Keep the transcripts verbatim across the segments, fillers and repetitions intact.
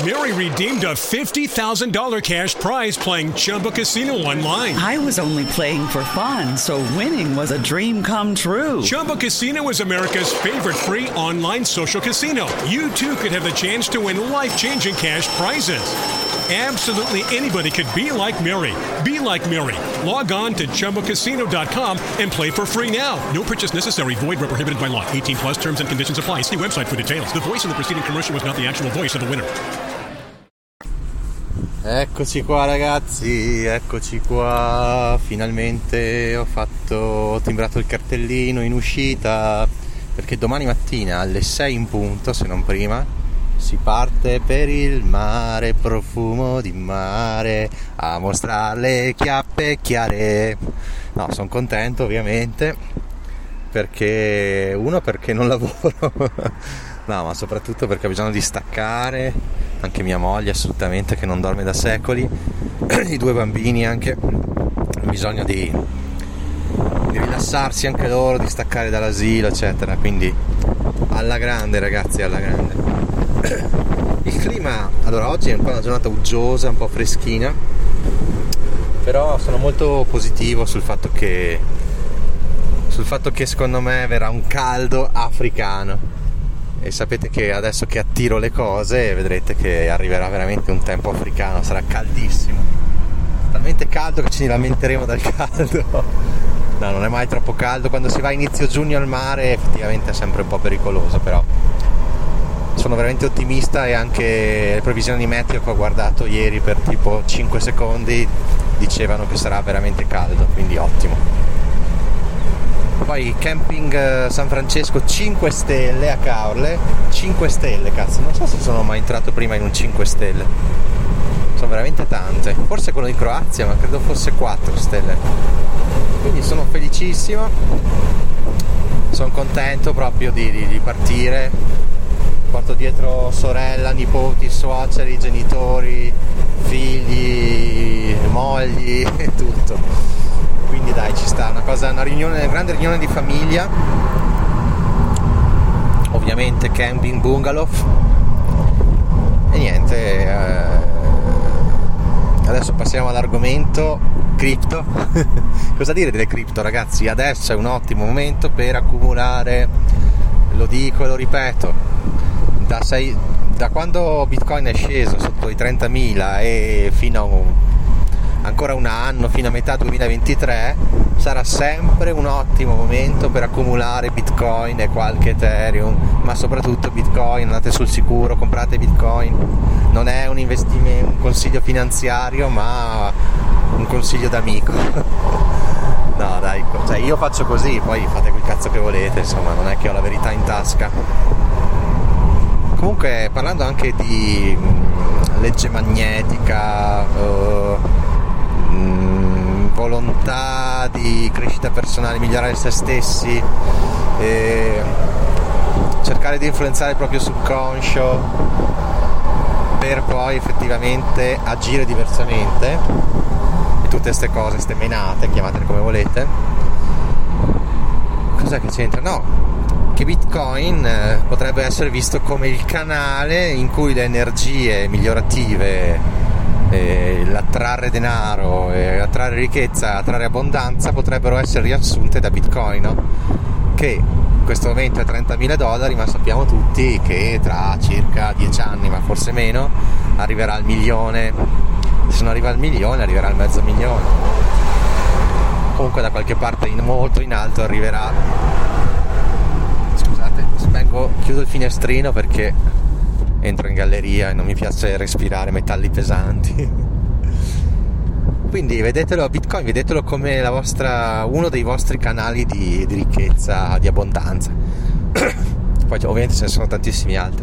Mary redeemed a fifty thousand dollars cash prize playing Chumba Casino online. I was only playing for fun, so winning was a dream come true. Chumba Casino is America's favorite free online social casino. You too could have the chance to win life-changing cash prizes. Absolutely anybody could be like Mary. Be like Mary. Log on to Chumba Casino dot com and play for free now. No purchase necessary. Void where prohibited by law. eighteen plus terms and conditions apply. See website for details. The voice of the preceding commercial was not the actual voice of the winner. Eccoci qua ragazzi, eccoci qua. Finalmente ho fatto, ho timbrato il cartellino in uscita, perché domani mattina alle sei in punto, se non prima, si parte per il mare, profumo di mare, a mostrare le chiappe chiare. No, sono contento ovviamente, perché uno perché non lavoro, no, ma soprattutto perché ho bisogno di staccare. Anche mia moglie assolutamente, che non dorme da secoli, i due bambini anche, hanno bisogno di, di rilassarsi anche loro, di staccare dall'asilo eccetera. Quindi alla grande ragazzi, alla grande. Il clima, allora oggi è un po' una giornata uggiosa, un po' freschina, però sono molto positivo sul fatto che sul fatto che secondo me verrà un caldo africano, e sapete che adesso che attiro le cose vedrete che arriverà veramente un tempo africano, sarà caldissimo, talmente caldo che ci lamenteremo dal caldo. No, non è mai troppo caldo. Quando si va a inizio giugno al mare effettivamente è sempre un po' pericoloso, però sono veramente ottimista, e anche le previsioni meteo che ho guardato ieri per tipo cinque secondi dicevano che sarà veramente caldo, quindi ottimo. Poi camping San Francesco cinque stelle a Caorle, cinque stelle, cazzo, non so se sono mai entrato prima in un cinque stelle, sono veramente tante, forse quello di Croazia, ma credo fosse quattro stelle, quindi sono felicissimo, sono contento proprio di, di, di partire. Porto dietro sorella, nipoti, suoceri, genitori, figli, mogli e tutto. Quindi dai, ci sta, una cosa, una riunione, una grande riunione di famiglia. Ovviamente camping bungalow. E niente, eh, adesso passiamo all'argomento cripto. Cosa dire delle cripto, ragazzi? Adesso è un ottimo momento per accumulare, lo dico e lo ripeto. Da, sei, da quando Bitcoin è sceso sotto i trentamila e fino a un, ancora un anno, fino a metà duemilaventitré, sarà sempre un ottimo momento per accumulare Bitcoin e qualche Ethereum, ma soprattutto Bitcoin. Andate sul sicuro, comprate Bitcoin. Non è un investimento, un consiglio finanziario, ma un consiglio d'amico. No dai, cioè io faccio così, poi fate quel cazzo che volete, insomma, non è che ho la verità in tasca. Comunque, parlando anche di mh, legge magnetica, uh, mh, volontà di crescita personale, migliorare se stessi, e cercare di influenzare il proprio subconscio per poi effettivamente agire diversamente, e tutte queste cose, queste menate, chiamatele come volete. Cos'è che c'entra? No, che Bitcoin eh, potrebbe essere visto come il canale in cui le energie migliorative, eh, l'attrarre denaro, eh, attrarre ricchezza, attrarre abbondanza potrebbero essere riassunte da Bitcoin, no? Che in questo momento è trentamila dollari, ma sappiamo tutti che tra circa dieci anni, ma forse meno, arriverà al milione. Se non arriva al milione, arriverà al mezzo milione. Comunque da qualche parte in molto in alto arriverà. Spengo, chiudo il finestrino perché entro in galleria e non mi piace respirare metalli pesanti. Quindi vedetelo a Bitcoin, vedetelo come la vostra, uno dei vostri canali di, di ricchezza, di abbondanza. Poi ovviamente ce ne sono tantissimi altri.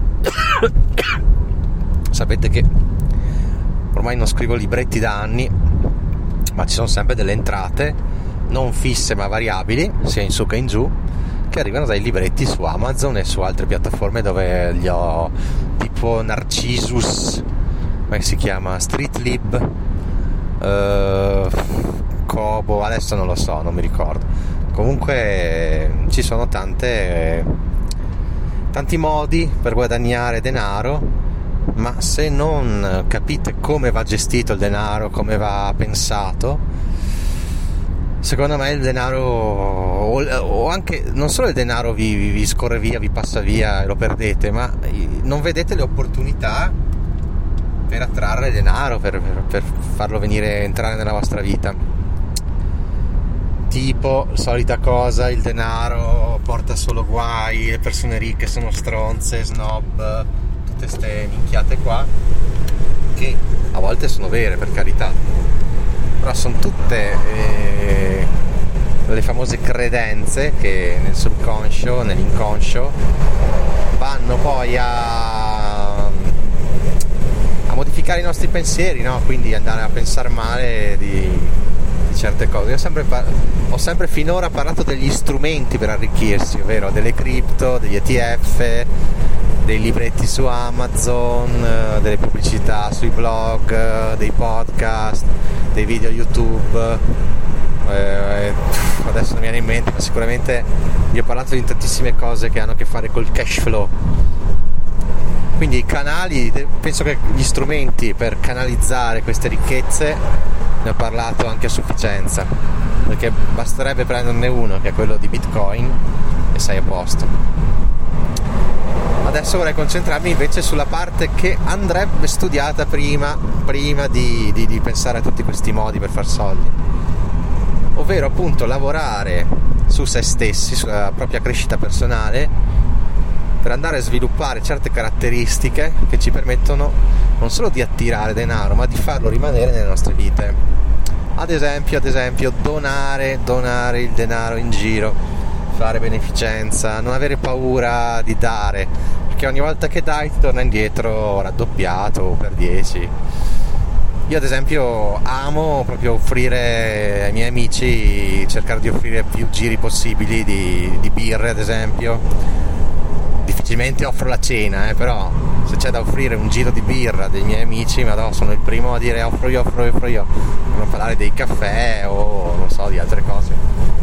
Sapete che ormai non scrivo libretti da anni, ma ci sono sempre delle entrate non fisse ma variabili, sia in su che in giù, che arrivano dai libretti su Amazon e su altre piattaforme dove li ho, tipo Narcissus, come si chiama, Streetlib, uh, Kobo, adesso non lo so, non mi ricordo. Comunque ci sono tante tanti modi per guadagnare denaro ma se non capite come va gestito il denaro, come va pensato, secondo me il denaro, o, o anche non solo il denaro vi, vi, vi scorre via, vi passa via e lo perdete, ma non vedete le opportunità per attrarre denaro, per, per, per farlo venire, entrare nella vostra vita. Tipo, solita cosa, il denaro porta solo guai, le persone ricche sono stronze, snob, tutte ste minchiate qua, che a volte sono vere, per carità, però sono tutte eh, le famose credenze che nel subconscio, nell'inconscio vanno poi a, a modificare i nostri pensieri, no? Quindi andare a pensare male di, di certe cose. Io ho sempre, par- ho sempre finora parlato degli strumenti per arricchirsi, ovvero delle cripto, degli E T F, dei libretti su Amazon, delle pubblicità sui blog, dei podcast, dei video YouTube. Eh, adesso non mi viene in mente, ma sicuramente vi ho parlato di tantissime cose che hanno a che fare col cash flow. Quindi i canali, penso che gli strumenti per canalizzare queste ricchezze ne ho parlato anche a sufficienza, perché basterebbe prenderne uno, che è quello di Bitcoin, e sei a posto. Adesso vorrei concentrarmi invece sulla parte che andrebbe studiata prima, prima di, di, di pensare a tutti questi modi per far soldi, ovvero appunto lavorare su se stessi, sulla propria crescita personale, per andare a sviluppare certe caratteristiche che ci permettono non solo di attirare denaro, ma di farlo rimanere nelle nostre vite. Ad esempio, ad esempio, donare, donare il denaro in giro, fare beneficenza, non avere paura di dare, perché ogni volta che dai ti torna indietro raddoppiato o per dieci. Io ad esempio amo proprio offrire ai miei amici, cercare di offrire più giri possibili di, di birre, ad esempio. Difficilmente offro la cena, eh, però se c'è da offrire un giro di birra dei miei amici, ma no, sono il primo a dire offro io, offro io, offro io, per non parlare dei caffè o non so, di altre cose.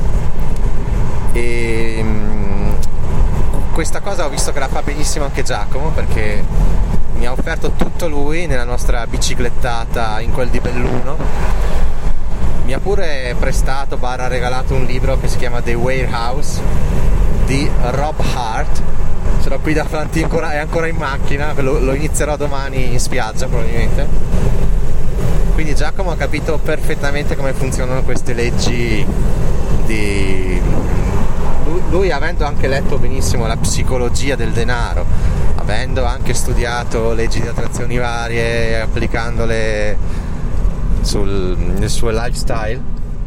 E mh, questa cosa ho visto che la fa benissimo anche Giacomo, perché mi ha offerto tutto lui nella nostra biciclettata in quel di Belluno. Mi ha pure prestato, barra regalato un libro che si chiama The Warehouse di Rob Hart. Ce l'ho qui davanti, ancora, è ancora in macchina, lo, lo inizierò domani in spiaggia probabilmente. Quindi Giacomo ha capito perfettamente come funzionano queste leggi di... Lui, lui avendo anche letto benissimo la psicologia del denaro, avendo anche studiato leggi di attrazioni varie, applicandole sul, nel suo lifestyle,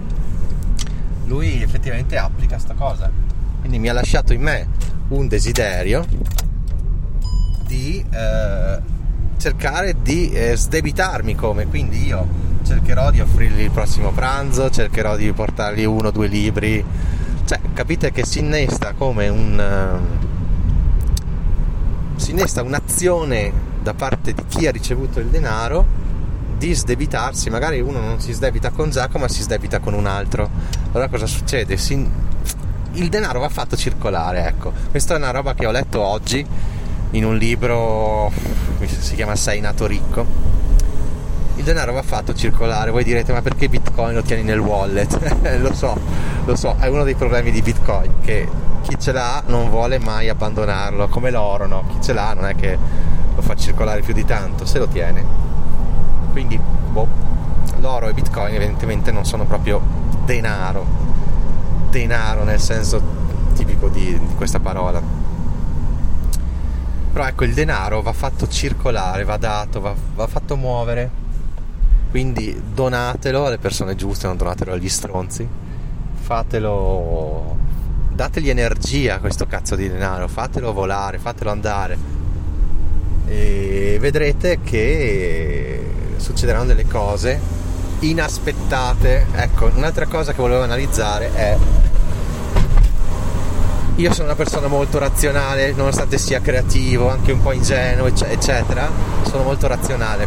lui effettivamente applica sta cosa. Quindi mi ha lasciato in me un desiderio di eh, cercare di eh, sdebitarmi, come quindi io cercherò di offrirgli il prossimo pranzo, cercherò di portargli uno o due libri, cioè capite che si innesta come un uh, si innesta un'azione da parte di chi ha ricevuto il denaro di sdebitarsi. Magari uno non si sdebita con Giacomo ma si sdebita con un altro. Allora cosa succede? Si il denaro va fatto circolare, ecco. Questa è una roba che ho letto oggi in un libro, si chiama Sei nato ricco. Il denaro va fatto circolare. Voi direte, ma perché Bitcoin lo tieni nel wallet? lo so, lo so, è uno dei problemi di Bitcoin, che chi ce l'ha non vuole mai abbandonarlo, come l'oro, no? Chi ce l'ha non è che lo fa circolare più di tanto, se lo tiene. Quindi, boh, l'oro e Bitcoin evidentemente non sono proprio denaro. denaro nel senso tipico di, di questa parola. Però ecco, il denaro va fatto circolare, va dato, va, va fatto muovere. Quindi donatelo alle persone giuste, non donatelo agli stronzi. Fatelo, dategli energia a questo cazzo di denaro, fatelo volare, fatelo andare, e vedrete che succederanno delle cose inaspettate. Ecco, un'altra cosa che volevo analizzare è: io sono una persona molto razionale, nonostante sia creativo, anche un po' ingenuo, eccetera, sono molto razionale,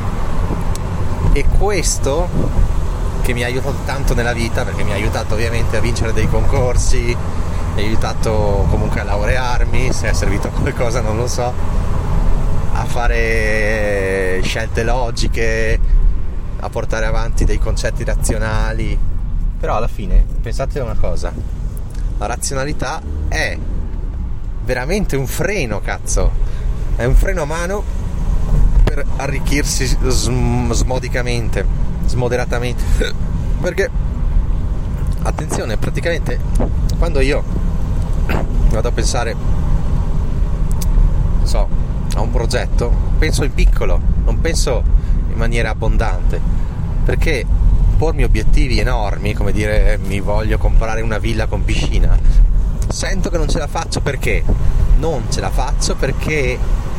e questo che mi ha aiutato tanto nella vita, perché mi ha aiutato ovviamente a vincere dei concorsi, mi ha aiutato comunque a laurearmi, se è servito a qualcosa non lo so, a fare scelte logiche, a portare avanti dei concetti razionali. Però alla fine pensate a una cosa: la razionalità è veramente un freno, cazzo, è un freno a mano per arricchirsi sm- smodicamente, smoderatamente. Perché attenzione, praticamente quando io vado a pensare, non so, a un progetto, penso in piccolo, non penso in maniera abbondante, perché pormi obiettivi enormi, come dire mi voglio comprare una villa con piscina, sento che non ce la faccio. Perché non ce la faccio? Perché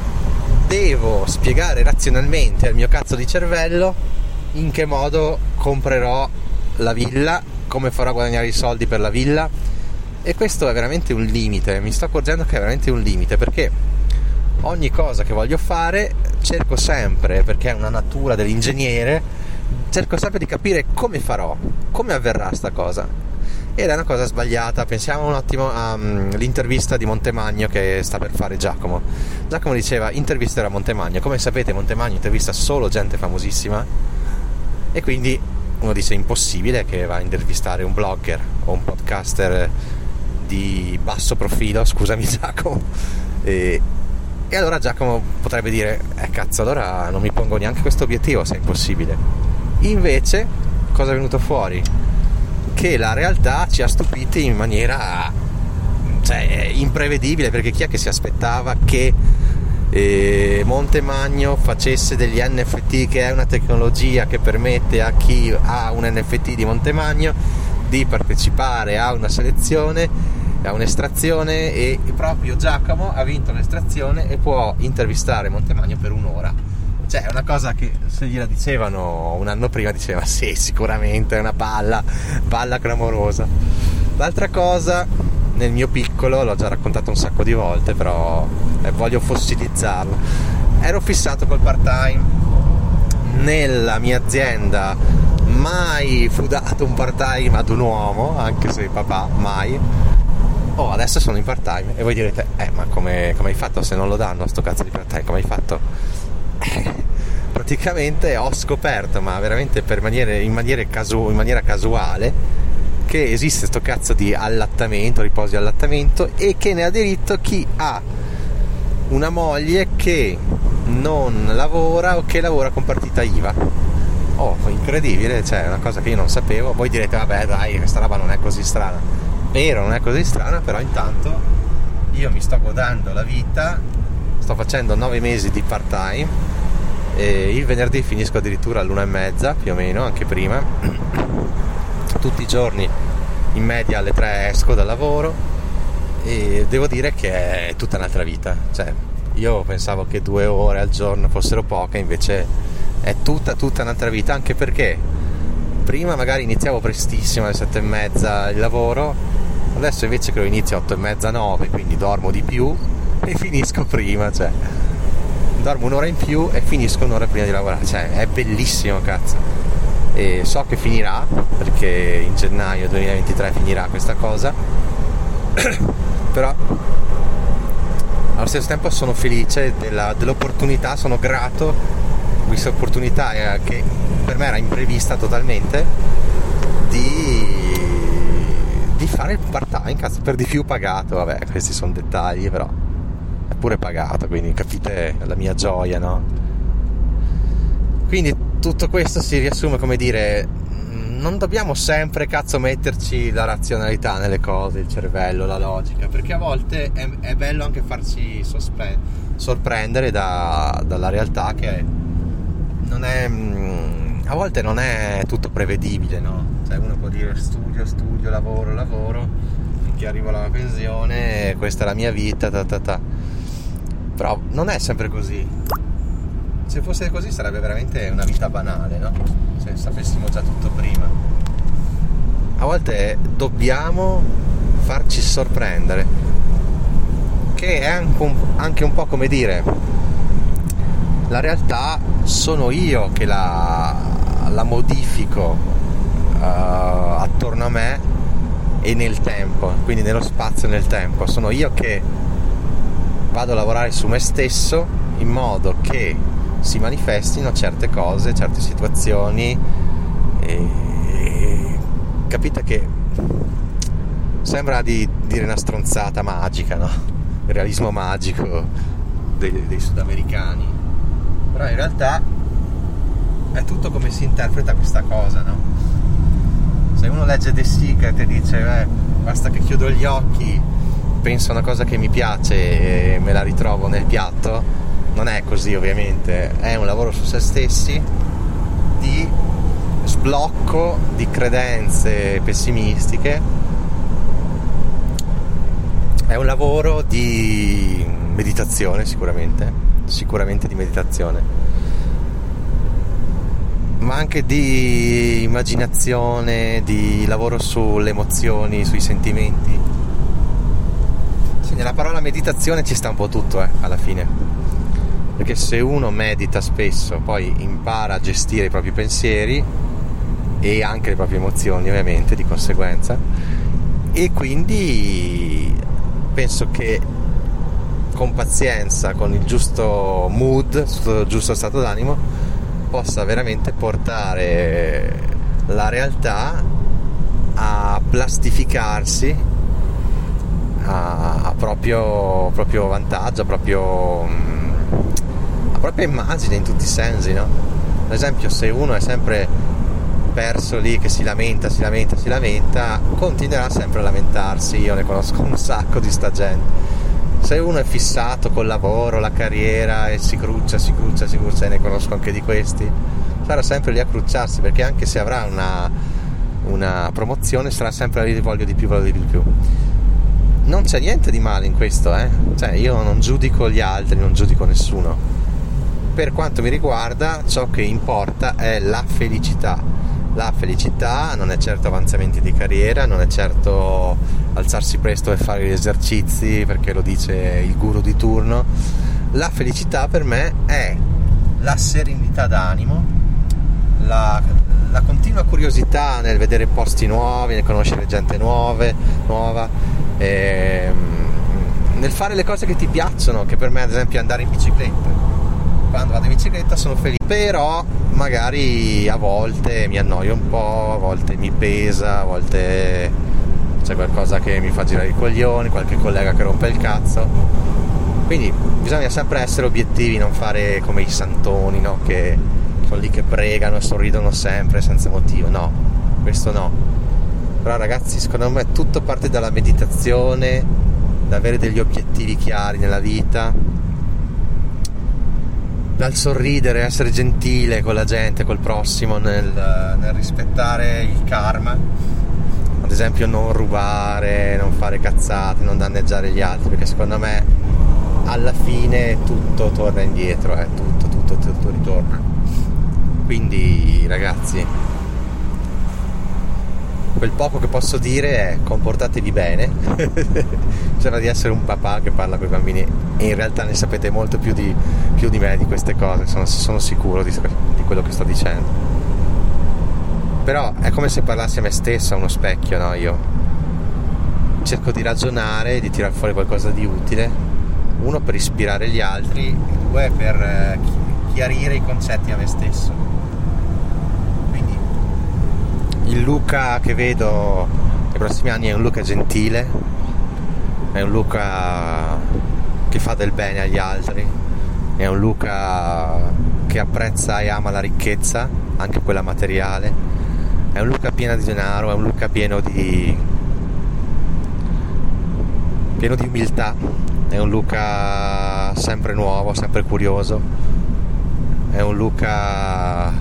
devo spiegare razionalmente al mio cazzo di cervello in che modo comprerò la villa, come farò a guadagnare i soldi per la villa. E questo è veramente un limite, mi sto accorgendo che è veramente un limite, perché ogni cosa che voglio fare cerco sempre, perché è una natura dell'ingegnere, cerco sempre di capire come farò, come avverrà sta cosa. Ed è una cosa sbagliata. Pensiamo un attimo all'intervista di Montemagno che sta per fare Giacomo. Giacomo diceva: intervisterà Montemagno. Come sapete, Montemagno intervista solo gente famosissima, e quindi uno dice: impossibile che va a intervistare un blogger o un podcaster di basso profilo, scusami Giacomo. E, e allora Giacomo potrebbe dire: eh cazzo, allora non mi pongo neanche questo obiettivo se è impossibile. Invece cosa è venuto fuori? Che la realtà ci ha stupiti in maniera, cioè, imprevedibile, perché chi è che si aspettava che eh, Montemagno facesse degli N F T, che è una tecnologia che permette a chi ha un N F T di Montemagno di partecipare a una selezione, a un'estrazione, e proprio Giacomo ha vinto l'estrazione e può intervistare Montemagno per un'ora. Cioè, è una cosa che se gliela dicevano un anno prima diceva: sì, sicuramente è una palla, palla clamorosa. L'altra cosa, nel mio piccolo, l'ho già raccontato un sacco di volte, però eh, voglio fossilizzarlo. Ero fissato col part-time. Nella mia azienda mai fu dato un part-time ad un uomo, anche se papà, mai. Oh, adesso sono in part-time e voi direte: eh, ma come, come hai fatto se non lo danno sto cazzo di part-time? Come hai fatto? Praticamente ho scoperto, ma veramente per maniere, in, maniere casu, in maniera casuale, che esiste sto cazzo di allattamento, riposi allattamento, e che ne ha diritto chi ha una moglie che non lavora o che lavora con partita I V A. Oh, incredibile, cioè è una cosa che io non sapevo. Voi direte: vabbè dai, questa roba non è così strana. Vero, non è così strana, però intanto io mi sto godendo la vita, sto facendo nove mesi di part time. E il venerdì finisco addirittura all'una e mezza, più o meno, anche prima. Tutti i giorni in media alle tre esco dal lavoro, e devo dire che è tutta un'altra vita. Cioè, io pensavo che due ore al giorno fossero poche, invece è tutta tutta un'altra vita, anche perché prima magari iniziavo prestissimo alle sette e mezza il lavoro, adesso invece che lo inizio a otto e mezza, nove, quindi dormo di più e finisco prima, cioè dormo un'ora in più e finisco un'ora prima di lavorare. Cioè è bellissimo, cazzo. E so che finirà, perché in gennaio duemilaventitré finirà questa cosa. Però allo stesso tempo sono felice della, dell'opportunità, sono grato di questa opportunità eh, che per me era imprevista totalmente, di, di fare il part-time, cazzo, per di più pagato. Vabbè, questi sono dettagli, però pure pagato, quindi capite la mia gioia, no? Quindi tutto questo si riassume come dire: non dobbiamo sempre, cazzo, metterci la razionalità nelle cose, il cervello, la logica, perché a volte è, è bello anche farsi sospre- sorprendere da, dalla realtà, che non è, a volte non è tutto prevedibile, no? Cioè uno può dire: studio, studio, lavoro, lavoro finché arrivo alla pensione, questa è la mia vita, ta ta ta. Però non è sempre così. Se fosse così sarebbe veramente una vita banale, no? Se sapessimo già tutto prima. A volte dobbiamo farci sorprendere, che è anche un, anche un po' come dire: la realtà sono io che la, la modifico uh, attorno a me e nel tempo, quindi nello spazio e nel tempo. Sono io che vado a lavorare su me stesso in modo che si manifestino certe cose, certe situazioni, e, e capite che sembra di dire una stronzata magica, no? Il realismo magico dei, dei sudamericani, però in realtà è tutto come si interpreta questa cosa, no? Se uno legge The Secret e dice eh, basta che chiudo gli occhi, penso a una cosa che mi piace e me la ritrovo nel piatto, non è così ovviamente, è un lavoro su se stessi di sblocco di credenze pessimistiche, è un lavoro di meditazione sicuramente, sicuramente di meditazione, ma anche di immaginazione, di lavoro sulle emozioni, sui sentimenti. Sì, nella parola meditazione ci sta un po' tutto, eh, alla fine, perché se uno medita spesso poi impara a gestire i propri pensieri e anche le proprie emozioni, ovviamente, di conseguenza, e quindi penso che con pazienza, con il giusto mood, il giusto stato d'animo, possa veramente portare la realtà a plastificarsi a, a proprio, proprio vantaggio, a, proprio, a propria immagine in tutti i sensi, no? Ad esempio, se uno è sempre perso lì che si lamenta, si lamenta, si lamenta, continuerà sempre a lamentarsi. Io ne conosco un sacco di sta gente. Se uno è fissato col lavoro, la carriera e si cruccia, si cruccia, si cruccia, e ne conosco anche di questi, sarà sempre lì a crucciarsi, perché anche se avrà una, una promozione sarà sempre lì, voglio di più, voglio di più. Non c'è niente di male in questo, eh? Cioè, io non giudico gli altri, non giudico nessuno. Per quanto mi riguarda, ciò che importa è la felicità. La felicità non è certo avanzamenti di carriera, non è certo alzarsi presto e fare gli esercizi perché lo dice il guru di turno. La felicità per me è la serenità d'animo, la, la continua curiosità nel vedere posti nuovi, nel conoscere gente nuove, nuova, e, nel fare le cose che ti piacciono, che per me ad esempio è andare in bicicletta. Quando vado in bicicletta sono felice, però magari a volte mi annoio un po', a volte mi pesa, a volte c'è qualcosa che mi fa girare i coglioni, qualche collega che rompe il cazzo, quindi bisogna sempre essere obiettivi, non fare come i santoni, no? Che sono lì che pregano e sorridono sempre senza motivo. No, questo no. Però ragazzi, secondo me tutto parte dalla meditazione, da avere degli obiettivi chiari nella vita, dal sorridere, essere gentile con la gente, col prossimo, nel, nel rispettare il karma, ad esempio non rubare, non fare cazzate, non danneggiare gli altri, perché secondo me alla fine tutto torna indietro, eh, tutto, tutto, tutto ritorna. Quindi ragazzi, quel poco che posso dire è: comportatevi bene. Sembra di essere un papà che parla con i bambini e in realtà ne sapete molto più di, più di me di queste cose, sono, sono sicuro di, di quello che sto dicendo. Però è come se parlassi a me stesso, a uno specchio, no? Io cerco di ragionare, di tirar fuori qualcosa di utile, uno per ispirare gli altri, due per chiarire i concetti a me stesso. Quindi il Luca che vedo nei prossimi anni è un Luca gentile, è un Luca che fa del bene agli altri, è un Luca che apprezza e ama la ricchezza, anche quella materiale, è un Luca pieno di denaro, è un Luca pieno di pieno di umiltà, è un Luca sempre nuovo, sempre curioso, è un Luca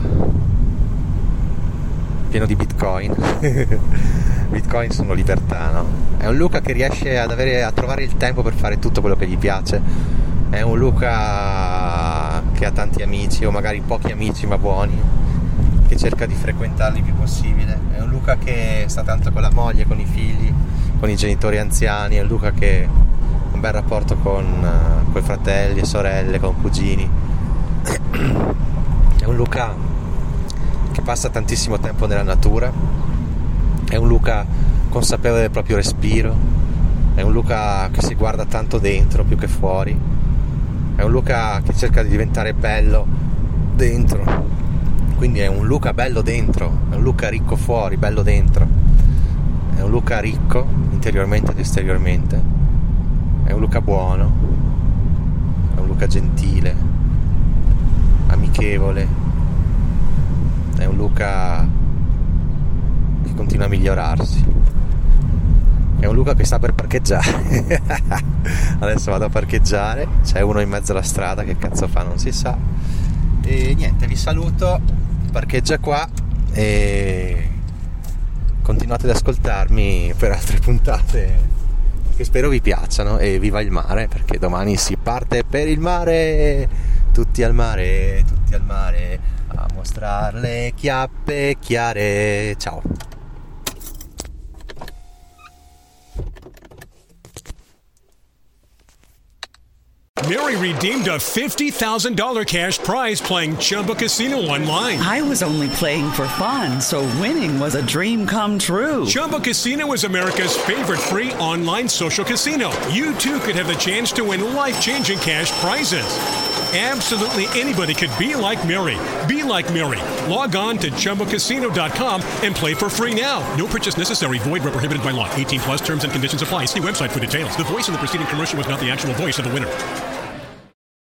pieno di bitcoin. Bitcoin sono libertà, no? È un Luca che riesce ad avere, a trovare il tempo per fare tutto quello che gli piace, è un Luca che ha tanti amici, o magari pochi amici ma buoni, che cerca di frequentarli il più possibile, è un Luca che sta tanto con la moglie, con i figli, con i genitori anziani, è un Luca che ha un bel rapporto con uh, coi fratelli e sorelle, con cugini, è un Luca che passa tantissimo tempo nella natura, è un Luca consapevole del proprio respiro, è un Luca che si guarda tanto dentro più che fuori, è è un Luca che cerca di diventare bello dentro, quindi è un Luca bello dentro, è un Luca ricco fuori, bello dentro, è un Luca ricco interiormente ed esteriormente, è un Luca buono, è un Luca gentile, amichevole, è un Luca che continua a migliorarsi, è un Luca che sta per parcheggiare. Adesso vado a parcheggiare, c'è uno in mezzo alla strada, che cazzo fa non si sa, e niente, vi saluto, parcheggia qua e continuate ad ascoltarmi per altre puntate che spero vi piacciono, e viva il mare, perché domani si parte per il mare, tutti al mare, tutti al mare a mostrare le chiappe chiare. Ciao. Mary redeemed a fifty thousand dollars cash prize playing Chumba Casino online. I was only playing for fun, so winning was a dream come true. Chumba Casino is America's favorite free online social casino. You too could have the chance to win life-changing cash prizes. Absolutely anybody could be like Mary. Be like Mary. Log on to Chumba Casino dot com and play for free now. No purchase necessary. Void where prohibited by law. eighteen plus terms and conditions apply. See website for details. The voice in the preceding commercial was not the actual voice of the winner.